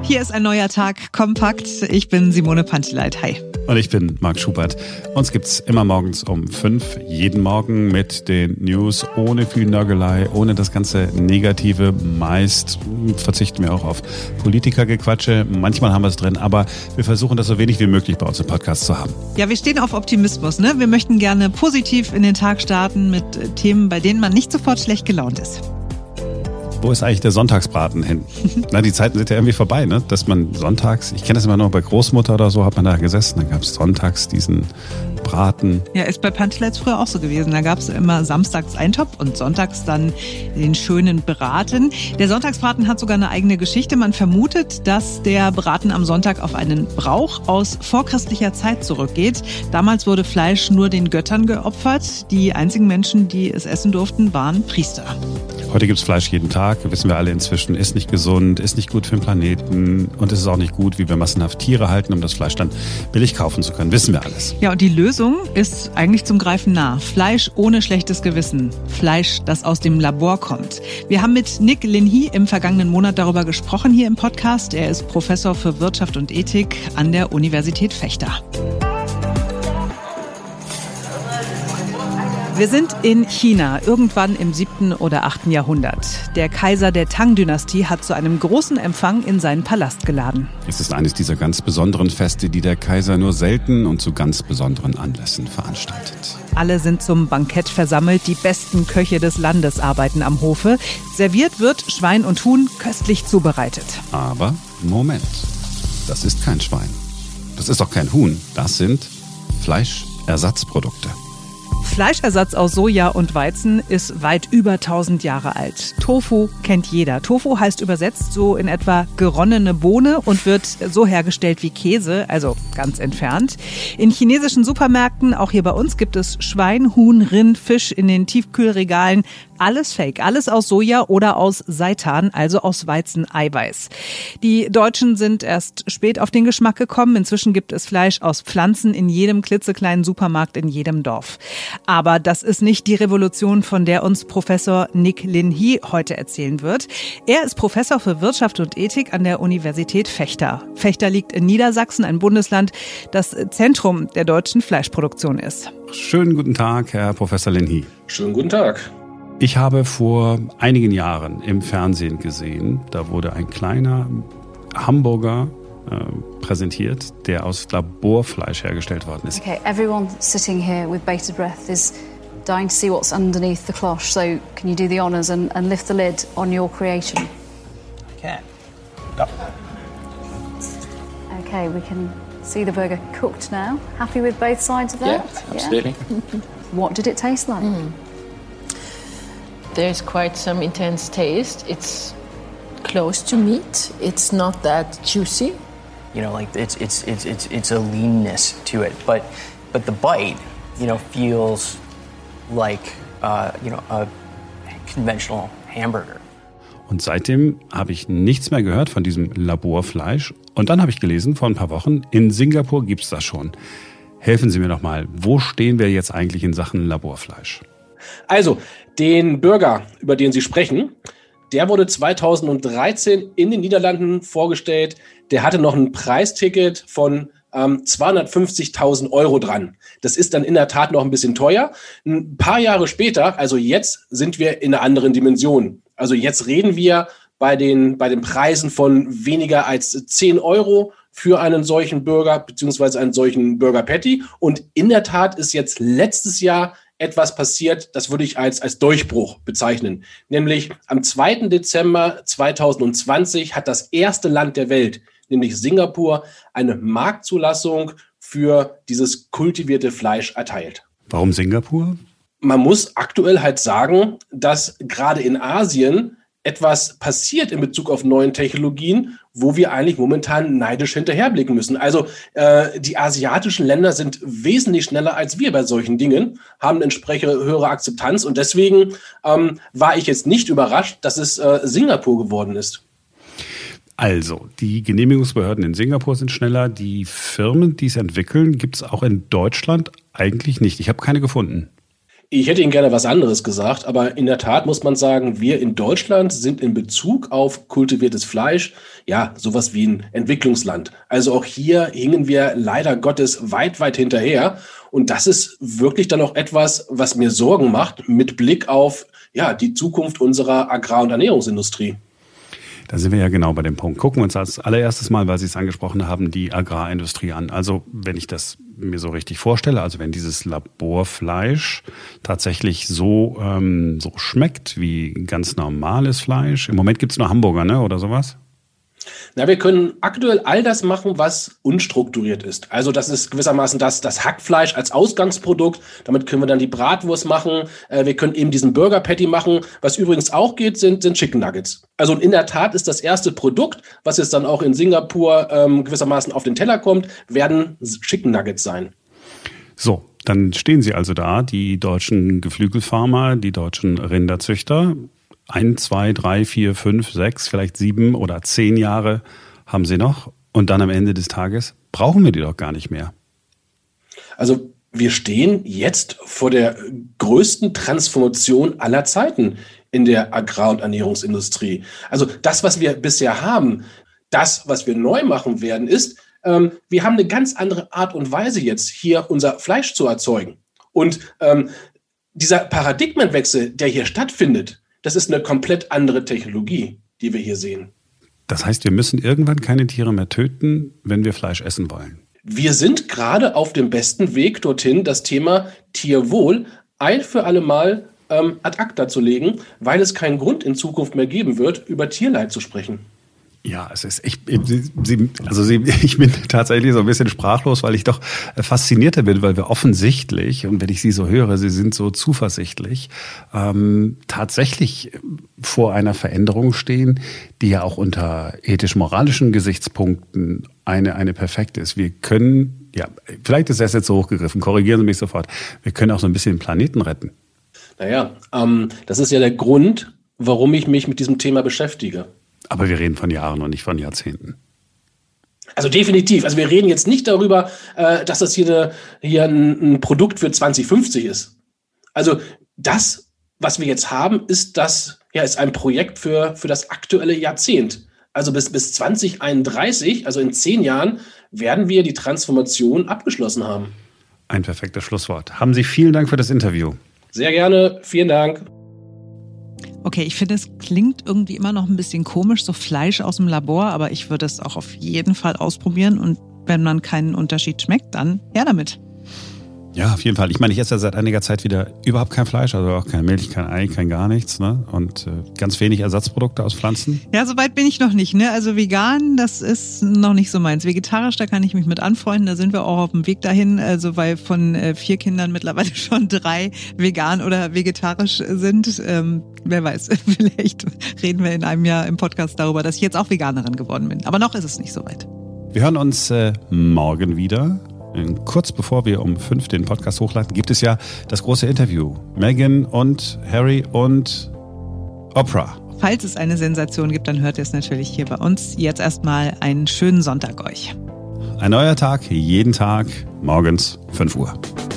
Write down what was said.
Hier ist ein neuer Tag, kompakt. Ich bin Simone Panteleit. Hi. Und ich bin Marc Schubert. Uns gibt's immer morgens um 5, jeden Morgen mit den News, ohne viel Nörgelei, ohne das ganze Negative. Meist verzichten wir auch auf Politikergequatsche. Manchmal haben wir es drin, aber wir versuchen das so wenig wie möglich bei uns im Podcast zu haben. Ja, wir stehen auf Optimismus, ne? Wir möchten gerne positiv in den Tag starten mit Themen, bei denen man nicht sofort schlecht gelaunt ist. Wo ist eigentlich der Sonntagsbraten hin? Na, die Zeiten sind ja irgendwie vorbei, ne? Dass man sonntags, ich kenne das immer noch bei Großmutter oder so, hat man da gesessen, dann gab es sonntags diesen Braten. Ja, ist bei Panteleit früher auch so gewesen. Da gab es immer samstags Eintopf und sonntags dann den schönen Braten. Der Sonntagsbraten hat sogar eine eigene Geschichte. Man vermutet, dass der Braten am Sonntag auf einen Brauch aus vorchristlicher Zeit zurückgeht. Damals wurde Fleisch nur den Göttern geopfert. Die einzigen Menschen, die es essen durften, waren Priester. Heute gibt's Fleisch jeden Tag, wissen wir alle inzwischen, ist nicht gesund, ist nicht gut für den Planeten und es ist auch nicht gut, wie wir massenhaft Tiere halten, um das Fleisch dann billig kaufen zu können, wissen wir alles. Ja, und die Lösung ist eigentlich zum Greifen nah. Fleisch ohne schlechtes Gewissen. Fleisch, das aus dem Labor kommt. Wir haben mit Nick Lin Hee im vergangenen Monat darüber gesprochen hier im Podcast. Er ist Professor für Wirtschaft und Ethik an der Universität Vechta. Wir sind in China, irgendwann im 7. oder 8. Jahrhundert. Der Kaiser der Tang-Dynastie hat zu einem großen Empfang in seinen Palast geladen. Es ist eines dieser ganz besonderen Feste, die der Kaiser nur selten und zu ganz besonderen Anlässen veranstaltet. Alle sind zum Bankett versammelt, die besten Köche des Landes arbeiten am Hofe. Serviert wird Schwein und Huhn köstlich zubereitet. Aber Moment, das ist kein Schwein. Das ist auch kein Huhn, das sind Fleischersatzprodukte. Fleischersatz aus Soja und Weizen ist weit über 1000 Jahre alt. Tofu kennt jeder. Tofu heißt übersetzt so in etwa geronnene Bohne und wird so hergestellt wie Käse, also ganz entfernt. In chinesischen Supermärkten, auch hier bei uns, gibt es Schwein, Huhn, Rind, Fisch in den Tiefkühlregalen. Alles Fake, alles aus Soja oder aus Seitan, also aus Weizeneiweiß. Die Deutschen sind erst spät auf den Geschmack gekommen. Inzwischen gibt es Fleisch aus Pflanzen in jedem klitzekleinen Supermarkt in jedem Dorf. Aber das ist nicht die Revolution, von der uns Professor Nick Lin Hee heute erzählen wird. Er ist Professor für Wirtschaft und Ethik an der Universität Vechta. Vechta liegt in Niedersachsen, ein Bundesland, das Zentrum der deutschen Fleischproduktion ist. Schönen guten Tag, Herr Professor Lin Hee. Schönen guten Tag. Ich habe vor einigen Jahren im Fernsehen gesehen, da wurde ein kleiner Hamburger präsentiert, der aus Laborfleisch hergestellt worden ist. Okay, everyone sitting here with bated breath is dying to see what's underneath the cloche. So can you do the honours and lift the lid on your creation? Okay. Yep. Okay, we can see the burger cooked now. Happy with both sides of that? Yeah, absolutely. Yeah? What did it taste like? There's quite some intense taste. It's close to meat. It's not that juicy. You know, like it's a leanness to it, but the bite, you know, feels like a conventional hamburger. Und seitdem habe ich nichts mehr gehört von diesem Laborfleisch. Und dann habe ich gelesen, vor ein paar Wochen, in Singapur gibt's das schon. Helfen Sie mir noch mal, wo stehen wir jetzt eigentlich in Sachen Laborfleisch? Also, den Burger, über den Sie sprechen, der wurde 2013 in den Niederlanden vorgestellt. Der hatte noch ein Preisticket von 250.000 Euro dran. Das ist dann in der Tat noch ein bisschen teuer. Ein paar Jahre später, also jetzt, sind wir in einer anderen Dimension. Also jetzt reden wir bei den Preisen von weniger als 10 Euro für einen solchen Burger beziehungsweise einen solchen Burger Patty. Und in der Tat ist jetzt letztes Jahr etwas passiert, das würde ich als Durchbruch bezeichnen. Nämlich am 2. Dezember 2020 hat das erste Land der Welt, nämlich Singapur, eine Marktzulassung für dieses kultivierte Fleisch erteilt. Warum Singapur? Man muss aktuell halt sagen, dass gerade in Asien etwas passiert in Bezug auf neuen Technologien, wo wir eigentlich momentan neidisch hinterherblicken müssen. Also die asiatischen Länder sind wesentlich schneller als wir bei solchen Dingen, haben entsprechend höhere Akzeptanz und deswegen war ich jetzt nicht überrascht, dass es Singapur geworden ist. Also, die Genehmigungsbehörden in Singapur sind schneller. Die Firmen, die es entwickeln, gibt es auch in Deutschland eigentlich nicht. Ich habe keine gefunden. Ich hätte Ihnen gerne was anderes gesagt, aber in der Tat muss man sagen, wir in Deutschland sind in Bezug auf kultiviertes Fleisch ja sowas wie ein Entwicklungsland. Also auch hier hingen wir leider Gottes weit, weit hinterher. Und das ist wirklich dann auch etwas, was mir Sorgen macht mit Blick auf ja die Zukunft unserer Agrar- und Ernährungsindustrie. Da sind wir ja genau bei dem Punkt. Gucken wir uns als allererstes mal, weil Sie es angesprochen haben, die Agrarindustrie an. Also wenn ich das mir so richtig vorstelle, also wenn dieses Laborfleisch tatsächlich so schmeckt wie ganz normales Fleisch. Im Moment gibt es nur Hamburger, ne, oder sowas? Na, wir können aktuell all das machen, was unstrukturiert ist. Also das ist gewissermaßen das Hackfleisch als Ausgangsprodukt. Damit können wir dann die Bratwurst machen. Wir können eben diesen Burger Patty machen. Was übrigens auch geht, sind Chicken Nuggets. Also in der Tat ist das erste Produkt, was jetzt dann auch in Singapur gewissermaßen auf den Teller kommt, werden Chicken Nuggets sein. So, dann stehen Sie also da, die deutschen Geflügelfarmer, die deutschen Rinderzüchter. 1, 2, 3, 4, 5, 6, vielleicht 7 oder 10 Jahre haben sie noch. Und dann am Ende des Tages brauchen wir die doch gar nicht mehr. Also wir stehen jetzt vor der größten Transformation aller Zeiten in der Agrar- und Ernährungsindustrie. Also das, was wir bisher haben, das, was wir neu machen werden, ist, wir haben eine ganz andere Art und Weise jetzt hier unser Fleisch zu erzeugen. Und dieser Paradigmenwechsel, der hier stattfindet, das ist eine komplett andere Technologie, die wir hier sehen. Das heißt, wir müssen irgendwann keine Tiere mehr töten, wenn wir Fleisch essen wollen. Wir sind gerade auf dem besten Weg dorthin, das Thema Tierwohl ein für alle Mal ad acta zu legen, weil es keinen Grund in Zukunft mehr geben wird, über Tierleid zu sprechen. Ja, es ist ich bin tatsächlich so ein bisschen sprachlos, weil ich doch faszinierter bin, weil wir offensichtlich, und wenn ich Sie so höre, Sie sind so zuversichtlich, tatsächlich vor einer Veränderung stehen, die ja auch unter ethisch-moralischen Gesichtspunkten eine perfekte ist. Wir können, ja, vielleicht ist das jetzt so hochgegriffen, korrigieren Sie mich sofort, wir können auch so ein bisschen den Planeten retten. Naja, das ist ja der Grund, warum ich mich mit diesem Thema beschäftige. Aber wir reden von Jahren und nicht von Jahrzehnten. Also definitiv. Also wir reden jetzt nicht darüber, dass das hier ein Produkt für 2050 ist. Also das, was wir jetzt haben, ist ein Projekt für das aktuelle Jahrzehnt. Also bis 2031, also in 10 Jahren, werden wir die Transformation abgeschlossen haben. Ein perfektes Schlusswort. Haben Sie vielen Dank für das Interview. Sehr gerne. Vielen Dank. Okay, ich finde, es klingt irgendwie immer noch ein bisschen komisch, so Fleisch aus dem Labor, aber ich würde es auch auf jeden Fall ausprobieren und wenn man keinen Unterschied schmeckt, dann her damit. Ja, auf jeden Fall. Ich meine, ich esse ja seit einiger Zeit wieder überhaupt kein Fleisch, also auch keine Milch, kein Ei, kein gar nichts, ne? Und ganz wenig Ersatzprodukte aus Pflanzen. Ja, so weit bin ich noch nicht, ne? Also vegan, das ist noch nicht so meins. Vegetarisch, da kann ich mich mit anfreunden, da sind wir auch auf dem Weg dahin, also weil von 4 Kindern mittlerweile schon 3 vegan oder vegetarisch sind. Wer weiß, vielleicht reden wir in einem Jahr im Podcast darüber, dass ich jetzt auch Veganerin geworden bin. Aber noch ist es nicht so weit. Wir hören uns morgen wieder. Kurz bevor wir um 5 den Podcast hochladen, gibt es ja das große Interview. Meghan und Harry und Oprah. Falls es eine Sensation gibt, dann hört ihr es natürlich hier bei uns. Jetzt erstmal einen schönen Sonntag euch. Ein neuer Tag, jeden Tag, morgens 5 Uhr.